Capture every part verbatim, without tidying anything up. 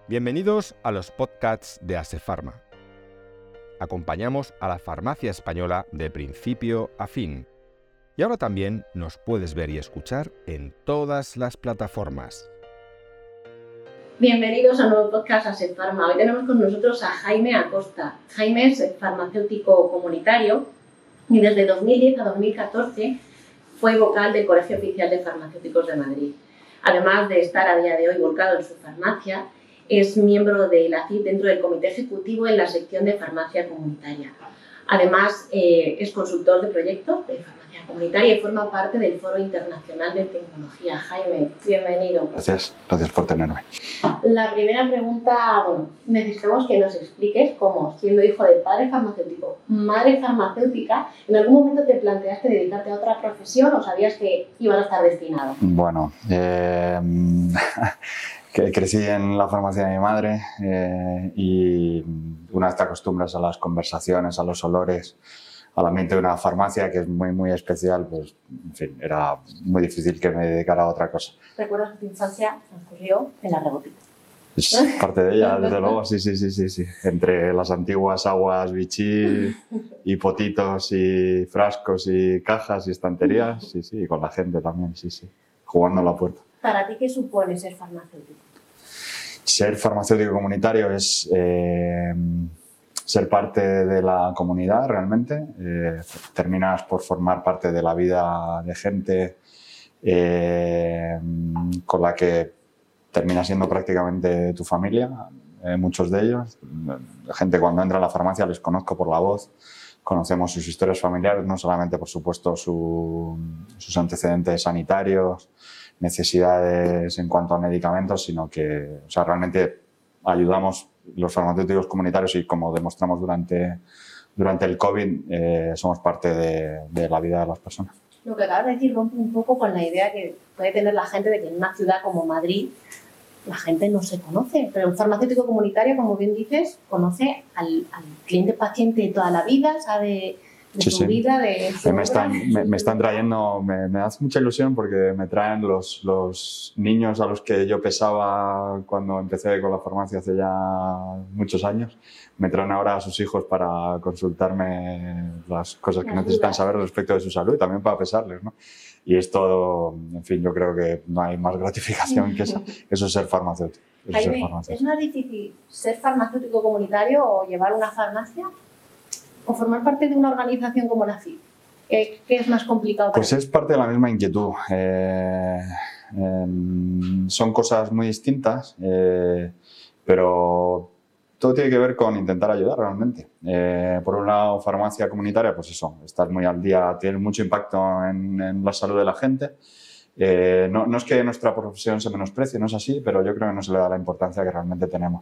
Bienvenidos a los podcasts de Asefarma. Acompañamos a la farmacia española de principio a fin. Y ahora también nos puedes ver y escuchar en todas las plataformas. Bienvenidos a un nuevo podcast Asefarma. Hoy tenemos con nosotros a Jaime Acosta. Jaime es farmacéutico comunitario y desde dos mil diez a dos mil catorce fue vocal del Colegio Oficial de Farmacéuticos de Madrid. Además de estar a día de hoy volcado en su farmacia, es miembro de la C I P dentro del Comité Ejecutivo en la sección de farmacia comunitaria. Además, eh, es consultor de proyectos de farmacia comunitaria y forma parte del Foro Internacional de Tecnología. Jaime, bienvenido. Gracias, gracias por tenerme. La primera pregunta, bueno, necesitamos que nos expliques cómo, siendo hijo de padre farmacéutico, madre farmacéutica, ¿en algún momento te planteaste dedicarte a otra profesión o sabías que ibas a estar destinado? Bueno, eh, que crecí en la farmacia de mi madre eh, y una vez te acostumbras a las conversaciones, a los olores, al ambiente de una farmacia que es muy, muy especial, pues, en fin, era muy difícil que me dedicara a otra cosa. ¿Recuerdas que tu infancia transcurrió en la Regotica? Es parte de ella, desde luego, sí, sí, sí, sí, sí. Entre las antiguas aguas Vichy y potitos y frascos y cajas y estanterías, sí, sí, y con la gente también, sí, sí, jugando a la puerta. ¿Para ti qué supone ser farmacéutico? Ser farmacéutico comunitario es eh, ser parte de la comunidad realmente. Eh, terminas por formar parte de la vida de gente eh, con la que terminas siendo prácticamente tu familia, eh, muchos de ellos. Gente cuando entra a la farmacia les conozco por la voz, conocemos sus historias familiares, no solamente por supuesto su, sus antecedentes sanitarios, necesidades en cuanto a medicamentos, sino que o sea, realmente ayudamos los farmacéuticos comunitarios y como demostramos durante, durante el COVID, eh, somos parte de, de la vida de las personas. Lo que acabas de decir rompe un poco con la idea que puede tener la gente de que en una ciudad como Madrid la gente no se conoce, pero un farmacéutico comunitario, como bien dices, conoce al, al cliente paciente de toda la vida, sabe de sí, su sí. vida, de su me, están, obra, me, me están trayendo, me, me hace mucha ilusión porque me traen los, los niños a los que yo pesaba cuando empecé con la farmacia hace ya muchos años. Me traen ahora a sus hijos para consultarme las cosas que las necesitan dudas. saber respecto de su salud y también para pesarles, ¿no? Y esto, en fin, yo creo que no hay más gratificación que eso, eso es ser farmacéutico. Eso es ser Jaime, farmacéutico. ¿es más difícil ser farmacéutico comunitario o llevar una farmacia o formar parte de una organización como la C I P? ¿Qué, qué es más complicado para Pues ti? es parte de la misma inquietud. Eh, eh, son cosas muy distintas, eh, pero todo tiene que ver con intentar ayudar realmente. Eh, por un lado, farmacia comunitaria, pues eso, estás muy al día, tiene mucho impacto en, en la salud de la gente. Eh, no, no es que nuestra profesión se menosprecie, no es así, pero yo creo que no se le da la importancia que realmente tenemos.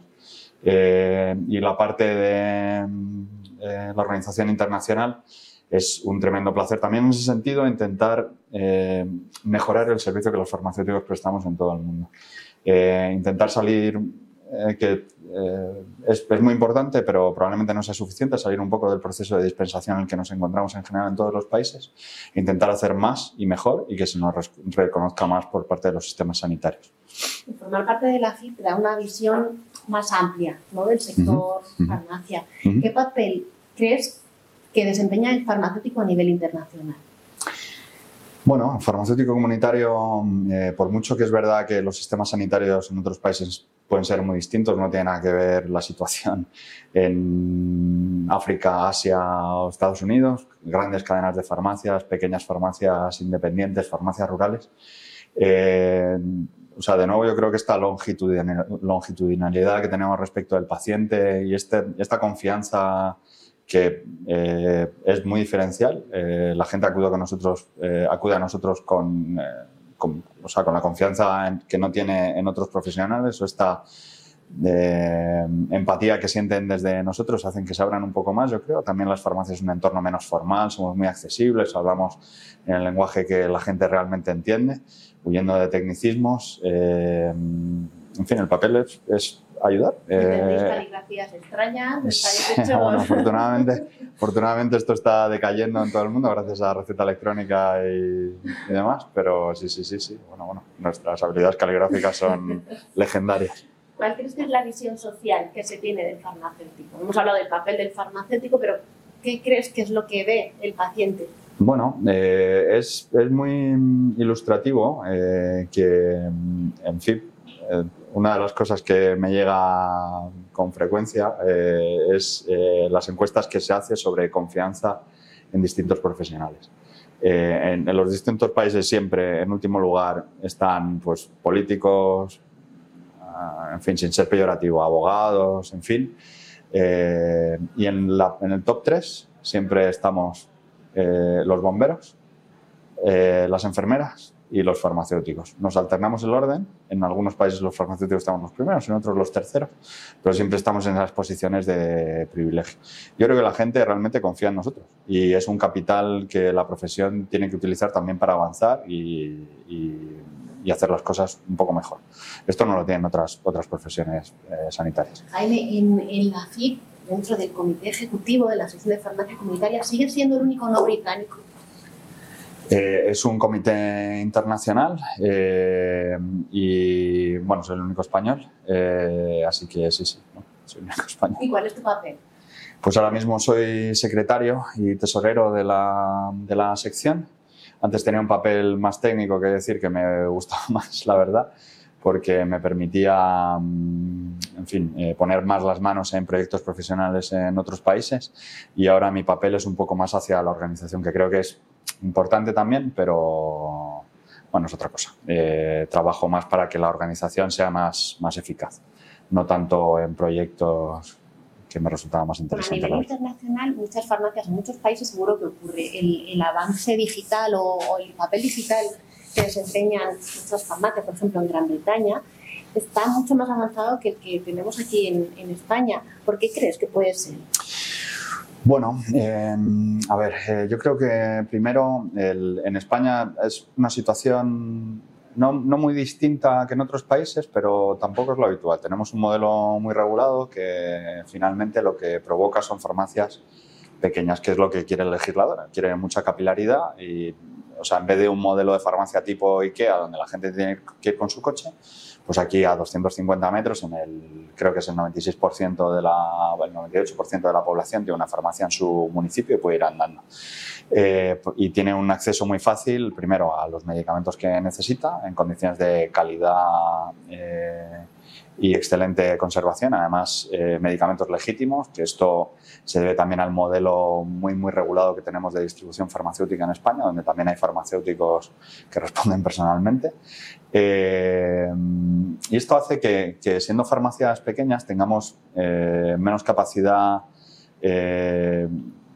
Eh, y la parte de eh, la organización internacional es un tremendo placer también en ese sentido, intentar eh, mejorar el servicio que los farmacéuticos prestamos en todo el mundo. Eh, intentar salir, eh, que eh, es, es muy importante, pero probablemente no sea suficiente, salir un poco del proceso de dispensación en el que nos encontramos en general en todos los países, intentar hacer más y mejor y que se nos reconozca más por parte de los sistemas sanitarios. Y formar parte de la C I P da una visión más amplia, ¿no?, del sector Uh-huh. farmacia. Uh-huh. ¿Qué papel crees que desempeña el farmacéutico a nivel internacional? Bueno, farmacéutico comunitario, eh, por mucho que es verdad que los sistemas sanitarios en otros países pueden ser muy distintos, no tiene nada que ver la situación en África, Asia o Estados Unidos, grandes cadenas de farmacias, pequeñas farmacias independientes, farmacias rurales. Eh, o sea, de nuevo yo creo que esta longitudinalidad que tenemos respecto del paciente y este, esta confianza que eh, es muy diferencial. Eh, la gente acude, con nosotros, eh, acude a nosotros con, eh, con, o sea, con la confianza en, que no tiene en otros profesionales, o esta eh, empatía que sienten desde nosotros hacen que se abran un poco más, yo creo. También las farmacias es un entorno menos formal, somos muy accesibles, hablamos en el lenguaje que la gente realmente entiende, huyendo de tecnicismos. Eh, en fin, el papel es, es ayudar. ¿Entendéis Eh, caligrafías extrañas? ¿Estáis Sí, hechos? bueno, afortunadamente, afortunadamente esto está decayendo en todo el mundo gracias a la receta electrónica y, y demás, pero sí, sí, sí, sí. Bueno, bueno, nuestras habilidades caligráficas son legendarias. ¿Cuál crees que es la visión social que se tiene del farmacéutico? Hemos hablado del papel del farmacéutico, pero ¿qué crees que es lo que ve el paciente? Bueno, eh, es, es muy ilustrativo eh, que, en fin, eh, una de las cosas que me llega con frecuencia eh, es eh, las encuestas que se hacen sobre confianza en distintos profesionales. Eh, en, en los distintos países siempre, en último lugar, están pues, políticos, uh, en fin, sin ser peyorativo, abogados, en fin. Eh, y en, la, en el top tres siempre estamos eh, los bomberos, eh, las enfermeras y los farmacéuticos. Nos alternamos el orden. En algunos países los farmacéuticos estamos los primeros, en otros los terceros, pero siempre estamos en esas posiciones de privilegio. Yo creo que la gente realmente confía en nosotros y es un capital que la profesión tiene que utilizar también para avanzar y, y, y hacer las cosas un poco mejor. Esto no lo tienen otras, otras profesiones eh, sanitarias. Jaime, en, en la F I P, dentro del comité ejecutivo de la sección de farmacia comunitaria, ¿sigue siendo el único no británico? Eh, es un comité internacional eh, y, bueno, soy el único español, eh, así que sí, sí, ¿no? Soy el único español. ¿Y cuál es tu papel? Pues ahora mismo soy secretario y tesorero de la, de la sección. Antes tenía un papel más técnico, que decir que me gustaba más, la verdad, porque me permitía, en fin, eh, poner más las manos en proyectos profesionales en otros países, y ahora mi papel es un poco más hacia la organización, que creo que es importante también, pero bueno, es otra cosa. Eh, trabajo más para que la organización sea más, más eficaz, no tanto en proyectos que me resultaba más interesante. Bueno, a nivel internacional, muchas farmacias en muchos países seguro que ocurre. El, el avance digital o, o el papel digital que desempeñan muchas farmacias, por ejemplo en Gran Bretaña, está mucho más avanzado que el que tenemos aquí en, en España. ¿Por qué crees que puede ser? Bueno, eh, a ver, eh, yo creo que primero el, en España es una situación no, no muy distinta que en otros países, pero tampoco es lo habitual. Tenemos un modelo muy regulado que finalmente lo que provoca son farmacias pequeñas, que es lo que quiere el legislador. Quiere mucha capilaridad y, o sea, en vez de un modelo de farmacia tipo IKEA, donde la gente tiene que ir con su coche, pues aquí a doscientos cincuenta metros, en el, creo que es el noventa y seis por ciento de la, el noventa y ocho por ciento de la población tiene una farmacia en su municipio y puede ir andando. Eh, y tiene un acceso muy fácil, primero, a los medicamentos que necesita, en condiciones de calidad eh, y excelente conservación, además eh, medicamentos legítimos, que esto se debe también al modelo muy, muy regulado que tenemos de distribución farmacéutica en España, donde también hay farmacéuticos que responden personalmente. Eh, y esto hace que, que siendo farmacias pequeñas tengamos eh, menos capacidad eh,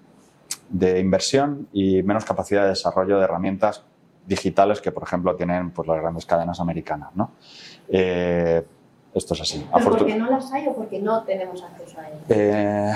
de inversión y menos capacidad de desarrollo de herramientas digitales que, por ejemplo, tienen pues, las grandes cadenas americanas, ¿no? Eh, esto es así. ¿Pero porque no las hay o porque no tenemos acceso a ellas? Eh,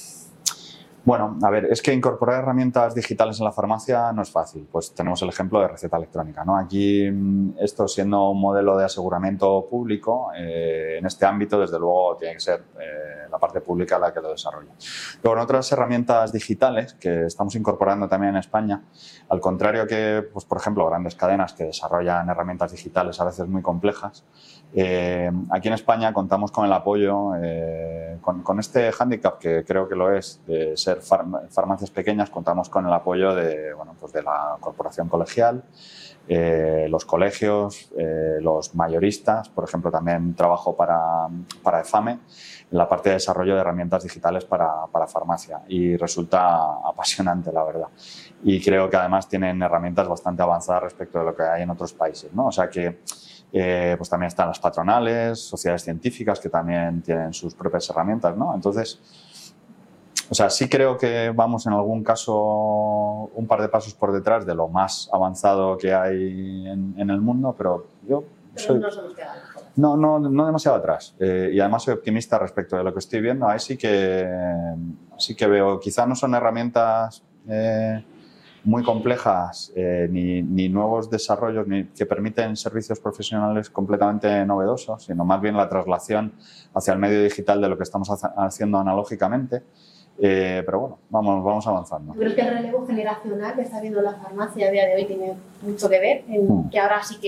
Bueno, a ver, es que incorporar herramientas digitales en la farmacia no es fácil. Pues tenemos el ejemplo de receta electrónica, ¿no? Aquí, esto siendo un modelo de aseguramiento público, eh, en este ámbito, desde luego, tiene que ser eh, la parte pública la que lo desarrolle. Luego, en otras herramientas digitales que estamos incorporando también en España, al contrario que, pues, por ejemplo, grandes cadenas que desarrollan herramientas digitales a veces muy complejas, eh, aquí en España contamos con el apoyo, eh, con, con este hándicap que creo que lo es, de ser farm farmacias pequeñas, contamos con el apoyo de, bueno, pues de la corporación colegial, eh, los colegios, eh, los mayoristas. Por ejemplo, también trabajo para, para EFAME en la parte de desarrollo de herramientas digitales para, para farmacia y resulta apasionante, la verdad. Y creo que además tienen herramientas bastante avanzadas respecto de lo que hay en otros países, ¿no? O sea que Eh, pues también están las patronales, sociedades científicas que también tienen sus propias herramientas, ¿no? Entonces, o sea, sí creo que vamos en algún caso un par de pasos por detrás de lo más avanzado que hay en, en el mundo, pero yo pero soy... no somos quedados. No, no, no demasiado atrás. Eh, y además soy optimista respecto de lo que estoy viendo. Ahí sí que, sí que veo, quizá no son herramientas Eh, muy complejas, eh, ni, ni nuevos desarrollos ni que permiten servicios profesionales completamente novedosos, sino más bien la traslación hacia el medio digital de lo que estamos haciendo analógicamente. Eh, pero bueno, vamos, vamos avanzando. Creo que el relevo generacional que está viendo la farmacia a día de hoy tiene mucho que ver, en mm. que ahora sí que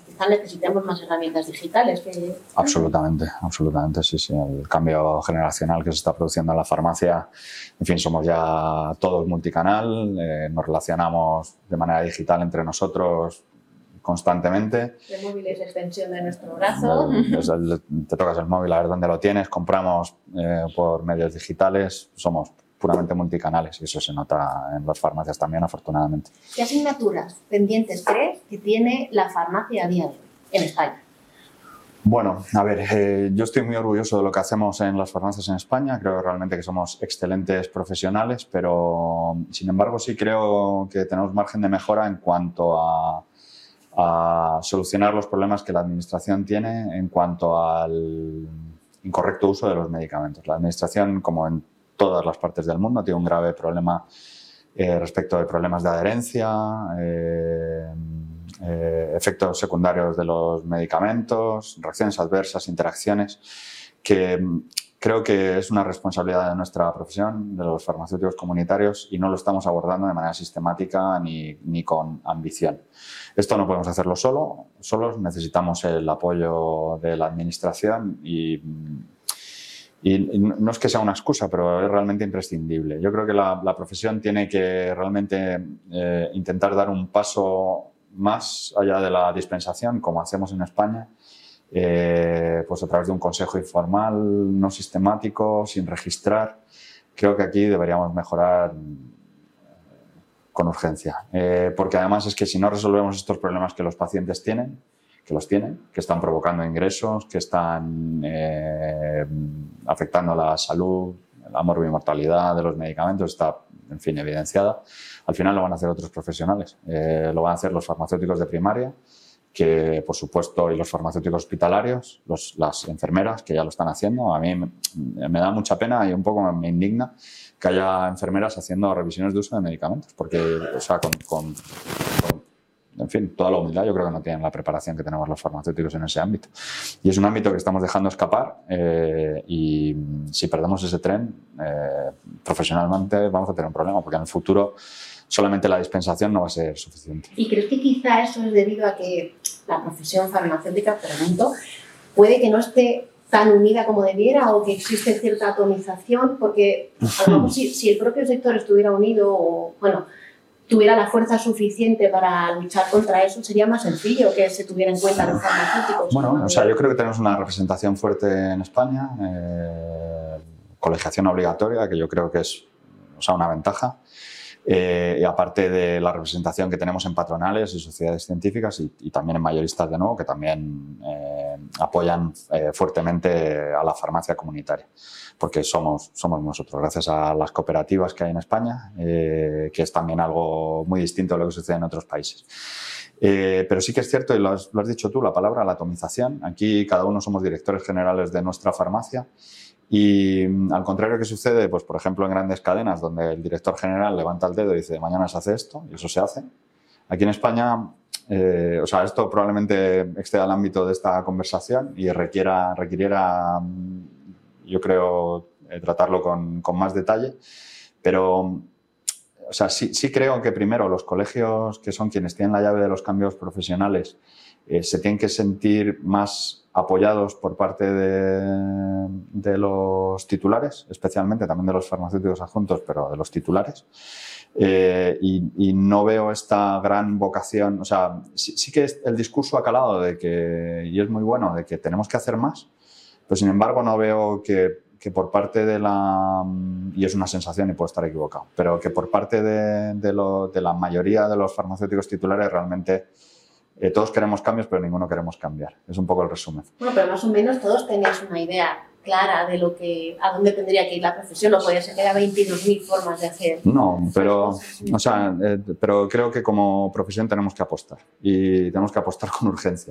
quizá necesitemos más herramientas digitales. Que... Absolutamente, absolutamente, sí, sí. El cambio generacional que se está produciendo en la farmacia, en fin, somos ya todos multicanal, eh, nos relacionamos de manera digital entre nosotros constantemente. El móvil es extensión de nuestro brazo. El, el, te tocas el móvil a ver dónde lo tienes, compramos eh, por medios digitales, somos puramente multicanales y eso se nota en las farmacias también, afortunadamente. ¿Qué asignaturas pendientes crees que tiene la farmacia a día de hoy en España? Bueno, a ver, eh, yo estoy muy orgulloso de lo que hacemos en las farmacias en España. Creo realmente que somos excelentes profesionales, pero sin embargo sí creo que tenemos margen de mejora en cuanto a a solucionar los problemas que la administración tiene en cuanto al incorrecto uso de los medicamentos. La administración, como en todas las partes del mundo, tiene un grave problema eh, respecto de problemas de adherencia, eh, eh, efectos secundarios de los medicamentos, reacciones adversas, interacciones, que creo que es una responsabilidad de nuestra profesión, de los farmacéuticos comunitarios, y no lo estamos abordando de manera sistemática ni, ni con ambición. Esto no podemos hacerlo solo, solos, necesitamos el apoyo de la administración y, y, y no es que sea una excusa, pero es realmente imprescindible. Yo creo que la, la profesión tiene que realmente eh, intentar dar un paso más allá de la dispensación, como hacemos en España, eh, pues a través de un consejo informal, no sistemático, sin registrar. Creo que aquí deberíamos mejorar con urgencia, eh, porque además es que si no resolvemos estos problemas que los pacientes tienen, que los tienen, que están provocando ingresos, que están eh, afectando la salud, la morbimortalidad de los medicamentos, está, en fin, evidenciada, al final lo van a hacer otros profesionales, eh, lo van a hacer los farmacéuticos de primaria, que por supuesto, y los farmacéuticos hospitalarios, los, las enfermeras que ya lo están haciendo. A mí me, me da mucha pena y un poco me indigna que haya enfermeras haciendo revisiones de uso de medicamentos, porque, o sea, con, con, con, en fin, toda la humildad, yo creo que no tienen la preparación que tenemos los farmacéuticos en ese ámbito. Y es un ámbito que estamos dejando escapar eh, y si perdemos ese tren, eh, profesionalmente vamos a tener un problema, porque en el futuro solamente la dispensación no va a ser suficiente. ¿Y crees que quizá eso es debido a que la profesión farmacéutica, pregunto, puede que no esté tan unida como debiera o que existe cierta atomización? Porque a lo mejor si, si el propio sector estuviera unido o, bueno, tuviera la fuerza suficiente para luchar contra eso, sería más sencillo que se tuviera en cuenta los farmacéuticos. Bueno, o sea, yo creo que tenemos una representación fuerte en España, eh, colegiación obligatoria, que yo creo que es, o sea, una ventaja. Eh, y aparte de la representación que tenemos en patronales y sociedades científicas y, y también en mayoristas de nuevo, que también eh, apoyan eh, fuertemente a la farmacia comunitaria, porque somos, somos nosotros, gracias a las cooperativas que hay en España, eh, que es también algo muy distinto a lo que sucede en otros países. Eh, pero sí que es cierto, y lo has, lo has dicho tú, la palabra, la atomización. Aquí cada uno somos directores generales de nuestra farmacia. Y al contrario que sucede, pues por ejemplo en grandes cadenas donde el director general levanta el dedo y dice mañana se hace esto, y eso se hace. Aquí en España, eh, o sea, esto probablemente exceda el ámbito de esta conversación y requiera, requiriera, yo creo, eh, tratarlo con, con más detalle, pero o sea, sí, sí creo que primero los colegios, que son quienes tienen la llave de los cambios profesionales, eh, se tienen que sentir más apoyados por parte de, de los titulares, especialmente también de los farmacéuticos adjuntos, pero de los titulares. Eh, y, y no veo esta gran vocación, o sea, sí, sí que el discurso ha calado de que, y es muy bueno, de que tenemos que hacer más, pero sin embargo no veo que, que por parte de la, y es una sensación y puedo estar equivocado, pero que por parte de, de, lo, de la mayoría de los farmacéuticos titulares realmente Eh, todos queremos cambios, pero ninguno queremos cambiar. Es un poco el resumen. Bueno, pero más o menos todos tenéis una idea clara de lo que, a dónde tendría que ir la profesión, o podría ser que haya veintidós mil formas de hacer. No, pero, o sea, eh, pero creo que como profesión tenemos que apostar y tenemos que apostar con urgencia.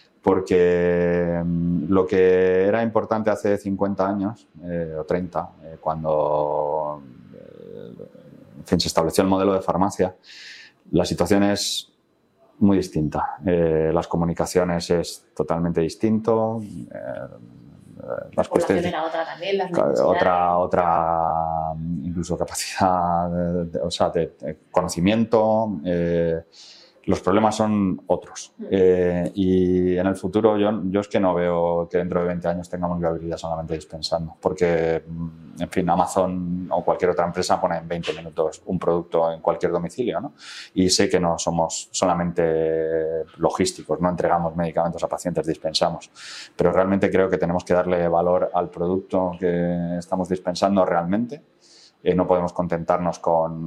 Porque lo que era importante hace cincuenta años eh, o treinta, eh, cuando eh, en fin, se estableció el modelo de farmacia, la situación es muy distinta. Eh, las comunicaciones es totalmente distinto. Eh, las cuestiones era otra también, las otra, otra incluso capacidad, de, de, o sea, de, de conocimiento. Eh, Los problemas son otros. Eh, y en el futuro yo, yo es que no veo que dentro de veinte años tengamos viabilidad solamente dispensando. Porque, en fin, Amazon o cualquier otra empresa pone en veinte minutos un producto en cualquier domicilio, ¿no? Y sé que no somos solamente logísticos, no entregamos medicamentos a pacientes, dispensamos. Pero realmente creo que tenemos que darle valor al producto que estamos dispensando realmente. Eh, no podemos contentarnos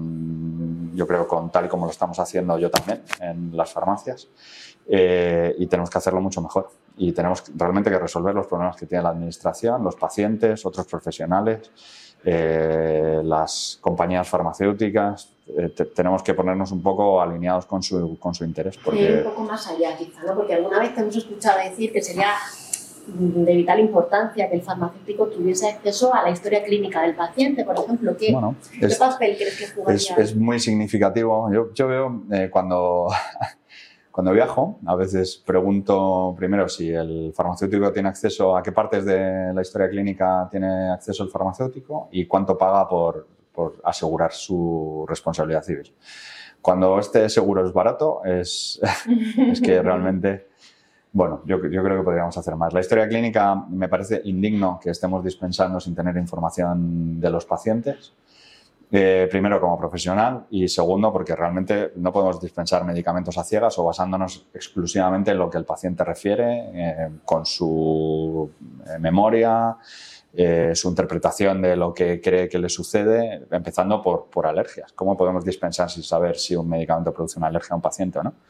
con, yo creo, con tal y como lo estamos haciendo yo también en las farmacias, eh, y tenemos que hacerlo mucho mejor. Y tenemos realmente que resolver los problemas que tiene la administración, los pacientes, otros profesionales, eh, las compañías farmacéuticas. Eh, te, tenemos que ponernos un poco alineados con su, con su interés. Porque... Sí, un poco más allá quizá, ¿no? Porque alguna vez te hemos escuchado decir que sería de vital importancia que el farmacéutico tuviese acceso a la historia clínica del paciente, por ejemplo. ¿Qué, bueno, ¿qué es, papel crees que jugaría? Es, es muy significativo. Yo, yo veo eh, cuando, cuando viajo, a veces pregunto primero si el farmacéutico tiene acceso, a qué partes de la historia clínica tiene acceso el farmacéutico y cuánto paga por, por asegurar su responsabilidad civil. Cuando este seguro es barato, es, es que realmente... Bueno, yo, yo creo que podríamos hacer más. La historia clínica me parece indigno que estemos dispensando sin tener información de los pacientes. Eh, primero, como profesional, y segundo, porque realmente no podemos dispensar medicamentos a ciegas o basándonos exclusivamente en lo que el paciente refiere, eh, con su eh, memoria, eh, su interpretación de lo que cree que le sucede, empezando por, por alergias. ¿Cómo podemos dispensar sin saber si un medicamento produce una alergia a un paciente o no?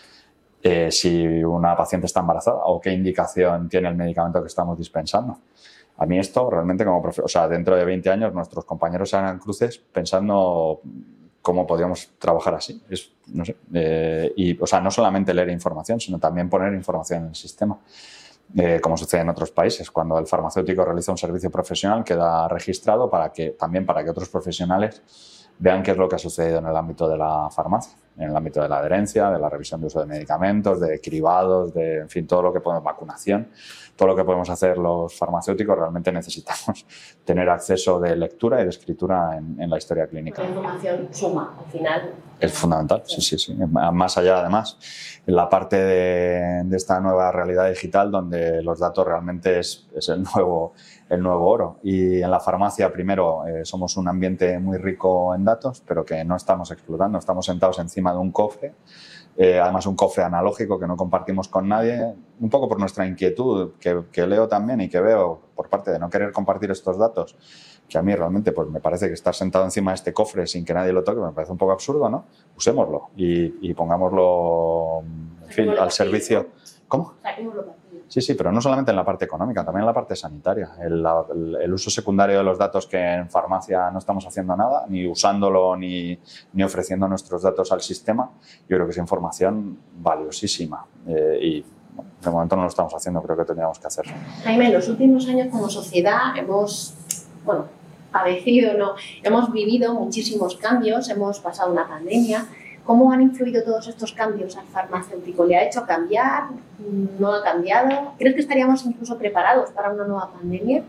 Eh, si una paciente está embarazada o qué indicación tiene el medicamento que estamos dispensando. A mí esto realmente como profe, o sea, dentro de veinte años nuestros compañeros se harán cruces pensando cómo podríamos trabajar así. Es, no sé, eh, y, o sea, no solamente leer información, sino también poner información en el sistema. Eh, como sucede en otros países, cuando el farmacéutico realiza un servicio profesional queda registrado para que, también para que otros profesionales vean qué es lo que ha sucedido en el ámbito de la farmacia, en el ámbito de la adherencia, de la revisión de uso de medicamentos, de cribados, de, en fin, todo lo que podemos, vacunación, todo lo que podemos hacer los farmacéuticos. Realmente necesitamos tener acceso de lectura y de escritura en, en la historia clínica. La información suma, al final. Es fundamental, sí, sí, sí. Más allá, además, en la parte de, de esta nueva realidad digital donde los datos realmente es, es el, nuevo, el nuevo oro. Y en la farmacia, primero, eh, somos un ambiente muy rico en datos, pero que no estamos explotando. Estamos sentados encima de un cofre, eh, además un cofre analógico que no compartimos con nadie, un poco por nuestra inquietud, que, que leo también y que veo por parte de no querer compartir estos datos, que a mí realmente pues, me parece que estar sentado encima de este cofre sin que nadie lo toque me parece un poco absurdo, ¿no? Usémoslo y, y pongámoslo, en fin, al servicio. ¿Cómo? Sí, sí, pero no solamente en la parte económica, también en la parte sanitaria. El, el, el uso secundario de los datos, que en farmacia no estamos haciendo nada, ni usándolo ni, ni ofreciendo nuestros datos al sistema, yo creo que es información valiosísima. Eh, y bueno, de momento no lo estamos haciendo, creo que tendríamos que hacerlo. Jaime, en los últimos años como sociedad hemos, bueno, padecido, ¿no? Hemos vivido muchísimos cambios, hemos pasado una pandemia. ¿Cómo han influido todos estos cambios al farmacéutico? ¿Le ha hecho cambiar? ¿No ha cambiado? ¿Crees que estaríamos incluso preparados para una nueva pandemia?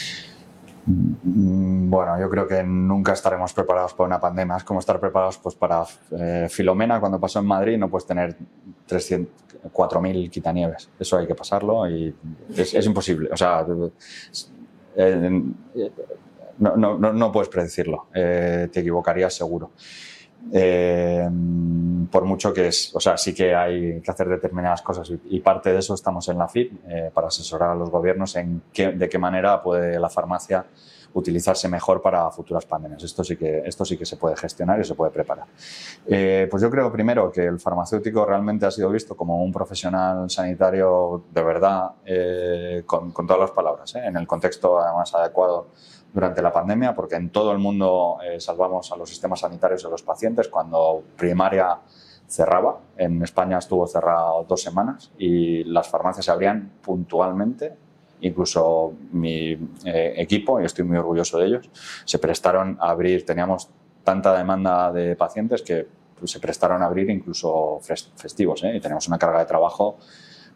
Bueno, yo creo que nunca estaremos preparados para una pandemia. Es como estar preparados pues, para eh, Filomena cuando pasó en Madrid. No puedes tener cuatro mil quitanieves. Eso hay que pasarlo y es, es imposible. O sea, eh, no, no, no, no puedes predecirlo. Eh, te equivocarías seguro. Eh, por mucho que es, o sea, sí que hay que hacer determinadas cosas y, y parte de eso estamos en la F I P eh, para asesorar a los gobiernos en qué, de qué manera puede la farmacia utilizarse mejor para futuras pandemias. Esto sí que, esto sí que se puede gestionar y se puede preparar. Eh, pues yo creo primero que el farmacéutico realmente ha sido visto como un profesional sanitario de verdad, eh, con, con todas las palabras, eh, en el contexto además adecuado durante la pandemia, porque en todo el mundo eh, salvamos a los sistemas sanitarios y a los pacientes cuando primaria cerraba. En España estuvo cerrado dos semanas y las farmacias se abrían puntualmente. Incluso mi eh, equipo, y estoy muy orgulloso de ellos, se prestaron a abrir. Teníamos tanta demanda de pacientes que pues, se prestaron a abrir incluso festivos, ¿eh? Y teníamos una carga de trabajo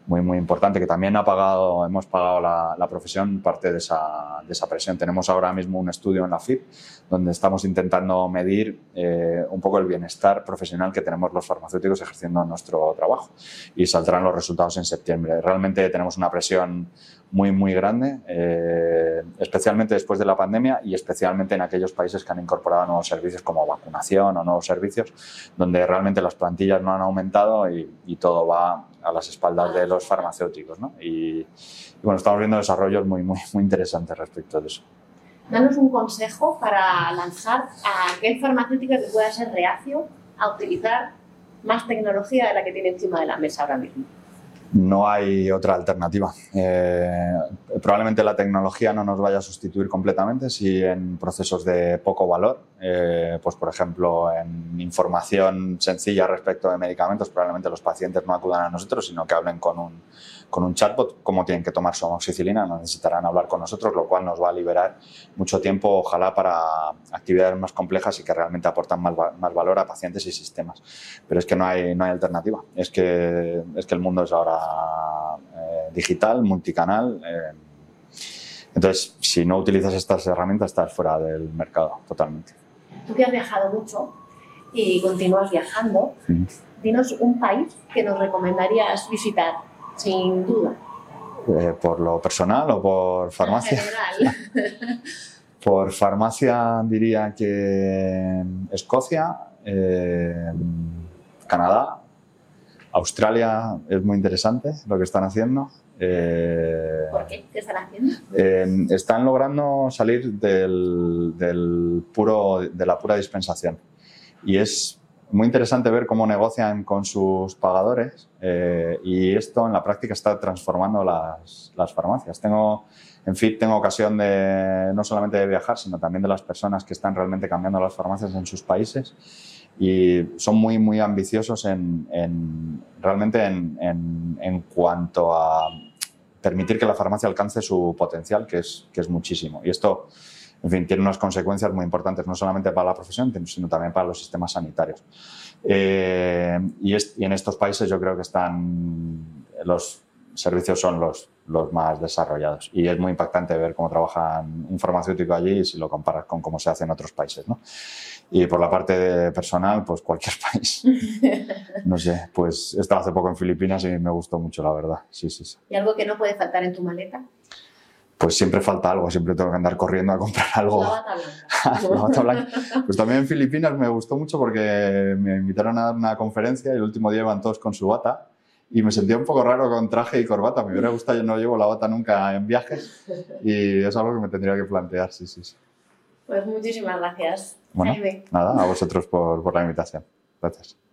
muy, muy importante, que también ha pagado, hemos pagado la, la profesión parte de esa, de esa presión. Tenemos ahora mismo un estudio en la F I P donde estamos intentando medir eh, un poco el bienestar profesional que tenemos los farmacéuticos ejerciendo nuestro trabajo y saldrán los resultados en septiembre. Realmente tenemos una presión muy, muy grande, eh, especialmente después de la pandemia y especialmente en aquellos países que han incorporado nuevos servicios como vacunación o nuevos servicios, donde realmente las plantillas no han aumentado y, y todo va a las espaldas de los farmacéuticos, ¿no? Y, y bueno, estamos viendo desarrollos muy, muy, muy interesantes respecto de eso. Danos un consejo para lanzar a aquel farmacéutico que pueda ser reacio a utilizar más tecnología de la que tiene encima de la mesa ahora mismo. No hay otra alternativa. Eh, probablemente la tecnología no nos vaya a sustituir completamente si en procesos de poco valor, eh, pues por ejemplo en información sencilla respecto de medicamentos, probablemente los pacientes no acudan a nosotros, sino que hablen con un, con un chatbot, cómo tienen que tomar su amoxicilina, no necesitarán hablar con nosotros, lo cual nos va a liberar mucho tiempo, ojalá, para actividades más complejas y que realmente aportan más, más valor a pacientes y sistemas. Pero es que no hay, no hay alternativa, es que, es que el mundo es ahora eh, digital, multicanal. Eh, entonces, si no utilizas estas herramientas, estás fuera del mercado totalmente. Tú que has viajado mucho y continúas viajando, sí. Dinos un país que nos recomendarías visitar, sin duda. Eh, ¿Por lo personal o por farmacia? En general. Por farmacia diría que Escocia, eh, Canadá, Australia es muy interesante lo que están haciendo. Eh, ¿Por qué? ¿Qué están haciendo? Eh, están logrando salir del, del puro, de la pura dispensación y es muy interesante ver cómo negocian con sus pagadores eh, y esto en la práctica está transformando las, las farmacias. Tengo, en F I P tengo ocasión de no solamente de viajar, sino también de las personas que están realmente cambiando las farmacias en sus países y son muy, muy ambiciosos en, en realmente en, en, en cuanto a permitir que la farmacia alcance su potencial, que es, que es muchísimo. Y esto, en fin, tiene unas consecuencias muy importantes, no solamente para la profesión, sino también para los sistemas sanitarios. Eh, y, es, y en estos países yo creo que están los servicios son los, los más desarrollados. Y es muy impactante ver cómo trabaja un farmacéutico allí si lo comparas con cómo se hace en otros países, ¿no? Y por la parte de personal, pues cualquier país. No sé, pues he estado hace poco en Filipinas y me gustó mucho, la verdad. Sí, sí, sí. ¿Y algo que no puede faltar en tu maleta? Pues siempre falta algo, siempre tengo que andar corriendo a comprar algo. La bata blanca. La bata blanca. Pues también en Filipinas me gustó mucho porque me invitaron a dar una conferencia y el último día iban todos con su bata y me sentía un poco raro con traje y corbata. Me hubiera gustado, yo no llevo la bata nunca en viajes y es algo que me tendría que plantear, sí, sí, sí. Pues muchísimas gracias, bueno, Jaime. Nada, a vosotros por, por la invitación. Gracias.